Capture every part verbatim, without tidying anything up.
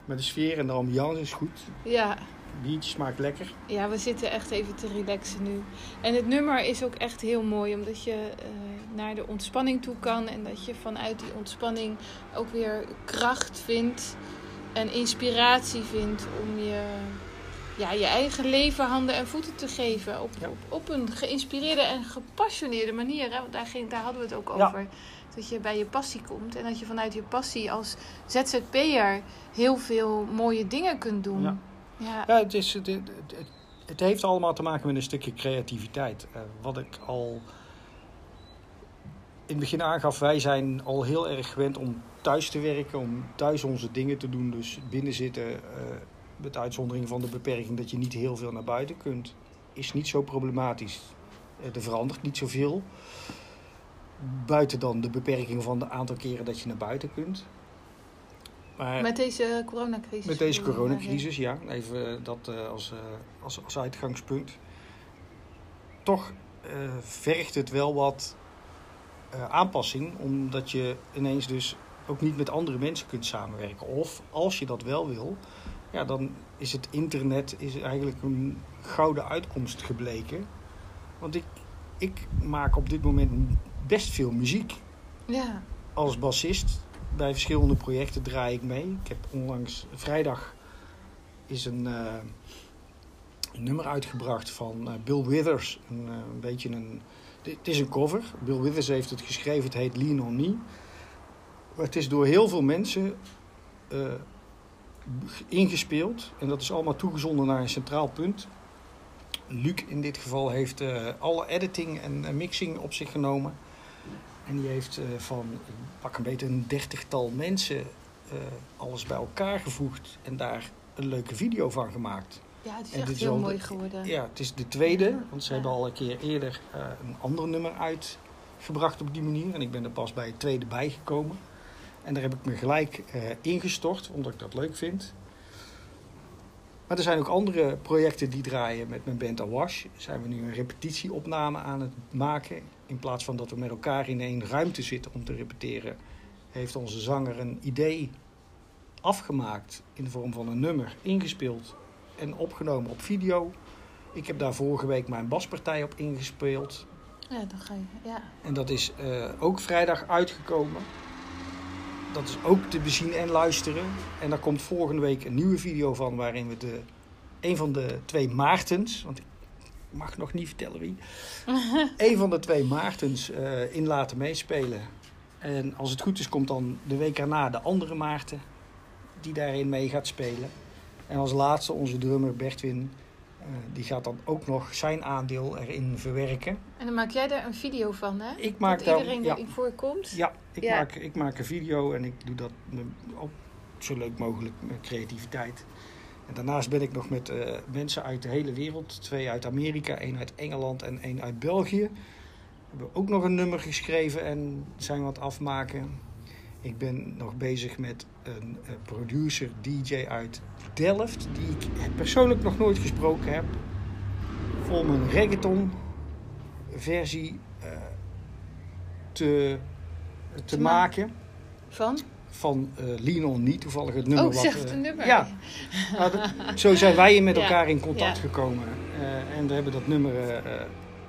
Met de sfeer en de ambiance is goed. Ja. Biertje smaakt lekker. Ja, we zitten echt even te relaxen nu. En het nummer is ook echt heel mooi, omdat je uh, naar de ontspanning toe kan. En dat je vanuit die ontspanning ook weer kracht vindt en inspiratie vindt om je, ja, je eigen leven handen en voeten te geven. Op, ja. op, op een geïnspireerde en gepassioneerde manier. Hè? Want daar, ging, daar hadden we het ook over. Ja. Dat je bij je passie komt en dat je vanuit je passie als Z Z P'er heel veel mooie dingen kunt doen. Ja. Ja, ja het, is, het, het, het heeft allemaal te maken met een stukje creativiteit. Uh, wat ik al in het begin aangaf, wij zijn al heel erg gewend om thuis te werken, om thuis onze dingen te doen. Dus binnen zitten, uh, met uitzondering van de beperking dat je niet heel veel naar buiten kunt, is niet zo problematisch. Uh, er verandert niet zoveel. Buiten dan de beperking van het aantal keren dat je naar buiten kunt. Maar met deze coronacrisis? Met deze coronacrisis, ja. Even dat uh, als, uh, als, als uitgangspunt. Toch uh, vergt het wel wat uh, aanpassing. Omdat je ineens dus ook niet met andere mensen kunt samenwerken. Of als je dat wel wil, ja, dan is het internet is eigenlijk een gouden uitkomst gebleken. Want ik, ik maak op dit moment best veel muziek. Ja. Als bassist. Bij verschillende projecten draai ik mee. Ik heb onlangs vrijdag is een, uh, een nummer uitgebracht van uh, Bill Withers. Een, uh, een beetje een. Het is een cover. Bill Withers heeft het geschreven. Het heet Lean on Me. Maar het is door heel veel mensen uh, ingespeeld. En dat is allemaal toegezonden naar een centraal punt. Luc in dit geval heeft uh, alle editing en uh, mixing op zich genomen. En die heeft uh, van, pak een beetje een dertigtal mensen uh, alles bij elkaar gevoegd. En daar een leuke video van gemaakt. Ja, het is en echt dit heel is mooi de, geworden. Ja, het is de tweede. Ja. Want ze Ja. hebben al een keer eerder uh, een ander nummer uitgebracht op die manier. En ik ben er pas bij het tweede bijgekomen. En daar heb ik me gelijk uh, ingestort, omdat ik dat leuk vind. Maar er zijn ook andere projecten die draaien met mijn band Awash. Zijn we nu een repetitieopname aan het maken. In plaats van dat we met elkaar in één ruimte zitten om te repeteren, heeft onze zanger een idee afgemaakt in de vorm van een nummer, ingespeeld en opgenomen op video. Ik heb daar vorige week mijn baspartij op ingespeeld. Ja, dan ga je, ja. En dat is uh, ook vrijdag uitgekomen. Dat is ook te bezien en luisteren. En daar komt volgende week een nieuwe video van, waarin we de, een van de twee Maartens, want ik mag nog niet vertellen wie, een van de twee Maartens uh, in laten meespelen. En als het goed is, komt dan de week erna de andere Maarten die daarin mee gaat spelen. En als laatste onze drummer Bertwin, uh, die gaat dan ook nog zijn aandeel erin verwerken. En dan maak jij daar een video van, hè? Ik maak dat daar, iedereen ja. erin voorkomt? Ja, ik, Ja. Maak, ik maak een video en ik doe dat ook zo leuk mogelijk met creativiteit. En daarnaast ben ik nog met uh, mensen uit de hele wereld. Twee uit Amerika, één uit Engeland en één uit België. We hebben ook nog een nummer geschreven en zijn wat afmaken. Ik ben nog bezig met een uh, producer, D J uit Delft, die ik persoonlijk nog nooit gesproken heb, om een reggaeton versie uh, te, te maken. Van? Van uh, Lean on Me, toevallig het nummer. Oh, wat, zegt uh, een nummer. Ja, nou, dat, zo zijn wij met elkaar ja. in contact ja. gekomen. Uh, en we hebben dat nummer... Uh, uh,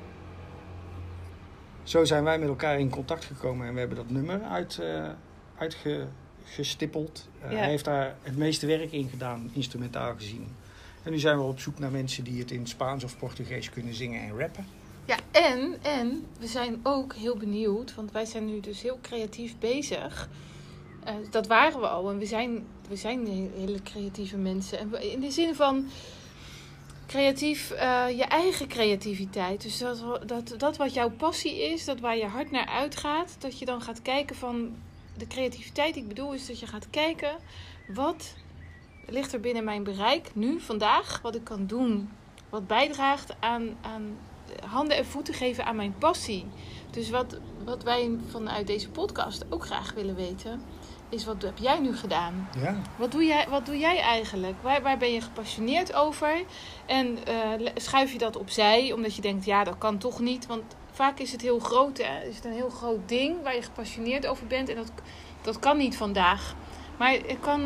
zo zijn wij met elkaar in contact gekomen en we hebben dat nummer uit, uh, uitgestippeld. Uh, ja. Hij heeft daar het meeste werk in gedaan, instrumentaal gezien. En nu zijn we op zoek naar mensen die het in Spaans of Portugees kunnen zingen en rappen. Ja, en, en we zijn ook heel benieuwd, want wij zijn nu dus heel creatief bezig. Uh, dat waren we al en we zijn, we zijn hele creatieve mensen. En we, in de zin van creatief, uh, je eigen creativiteit. Dus dat, dat, dat wat jouw passie is, dat waar je hart naar uitgaat, dat je dan gaat kijken van de creativiteit die ik bedoel is dat je gaat kijken wat ligt er binnen mijn bereik nu, vandaag, wat ik kan doen, wat bijdraagt aan, aan handen en voeten geven aan mijn passie. Dus wat, wat wij vanuit deze podcast ook graag willen weten, is wat heb jij nu gedaan? Ja. Wat doe jij, wat doe jij eigenlijk? Waar, waar ben je gepassioneerd over? En uh, schuif je dat opzij, omdat je denkt, ja, dat kan toch niet. Want vaak is het heel groot, hè? Is het een heel groot ding waar je gepassioneerd over bent. En dat, dat kan niet vandaag. Maar het kan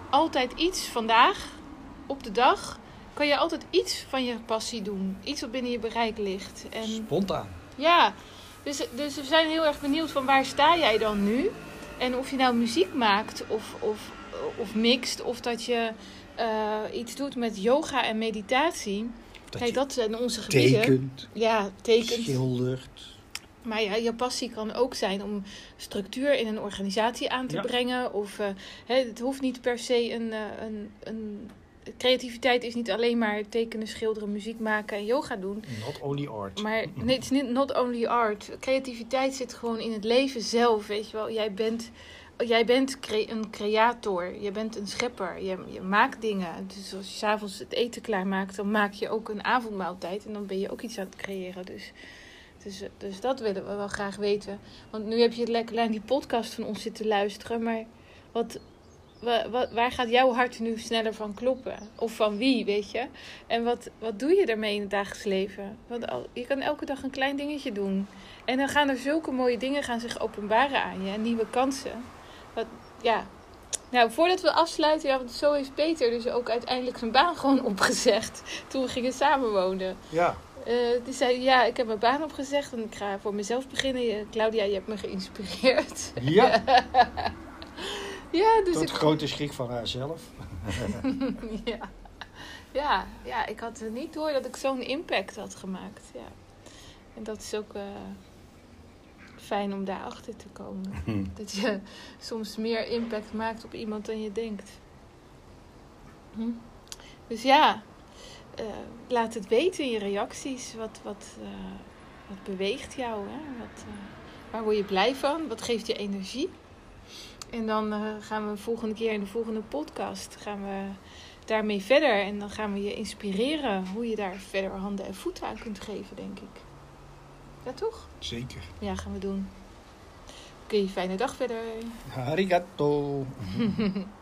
altijd iets vandaag, op de dag, kan je altijd iets van je passie doen. Iets wat binnen je bereik ligt. En, Spontaan. ja, dus, dus we zijn heel erg benieuwd van waar sta jij dan nu? En of je nou muziek maakt of, of, of mixt, of dat je uh, iets doet met yoga en meditatie. Dat Kijk, je dat zijn onze gebieden. tekent, Ja, tekent. schildert. Maar ja, je passie kan ook zijn om structuur in een organisatie aan te Ja. brengen. Of uh, hè, het hoeft niet per se een, uh, een, een... Creativiteit is niet alleen maar tekenen, schilderen, muziek maken en yoga doen. Not only art. Maar nee, het is niet not only art. Creativiteit zit gewoon in het leven zelf, weet je wel. Jij bent, jij bent cre- een creator. Je bent een schepper. Je, je maakt dingen. Dus als je 's avonds het eten klaarmaakt, dan maak je ook een avondmaaltijd. En dan ben je ook iets aan het creëren. Dus, dus, dus dat willen we wel graag weten. Want nu heb je lekker naar die podcast van ons zitten luisteren. Maar wat... waar gaat jouw hart nu sneller van kloppen? Of van wie, weet je? En wat, wat doe je daarmee in het dagelijks leven? Want je kan elke dag een klein dingetje doen. En dan gaan er zulke mooie dingen gaan zich openbaren aan je. En nieuwe kansen. Wat, ja. Nou, voordat we afsluiten, ja, want zo heeft Peter dus ook uiteindelijk zijn baan gewoon opgezegd. Toen we gingen samenwonen. Ja. Uh, die zei, ja, ik heb mijn baan opgezegd en ik ga voor mezelf beginnen. Claudia, je hebt me geïnspireerd. Ja. Ja, dus Tot ik... grote schrik van haarzelf. ja. Ja, ja, ik had niet door dat ik zo'n impact had gemaakt. Ja. En dat is ook uh, fijn om daarachter te komen. Dat je soms meer impact maakt op iemand dan je denkt. Hm? Dus ja, uh, laat het weten in je reacties. Wat, wat, uh, wat beweegt jou? Hè? Wat, uh, waar word je blij van? Wat geeft je energie? En dan uh, gaan we volgende keer in de volgende podcast gaan we daarmee verder. En dan gaan we je inspireren hoe je daar verder handen en voeten aan kunt geven, denk ik. Ja, toch? Zeker. Ja, gaan we doen. Oké, fijne dag verder. Arigato.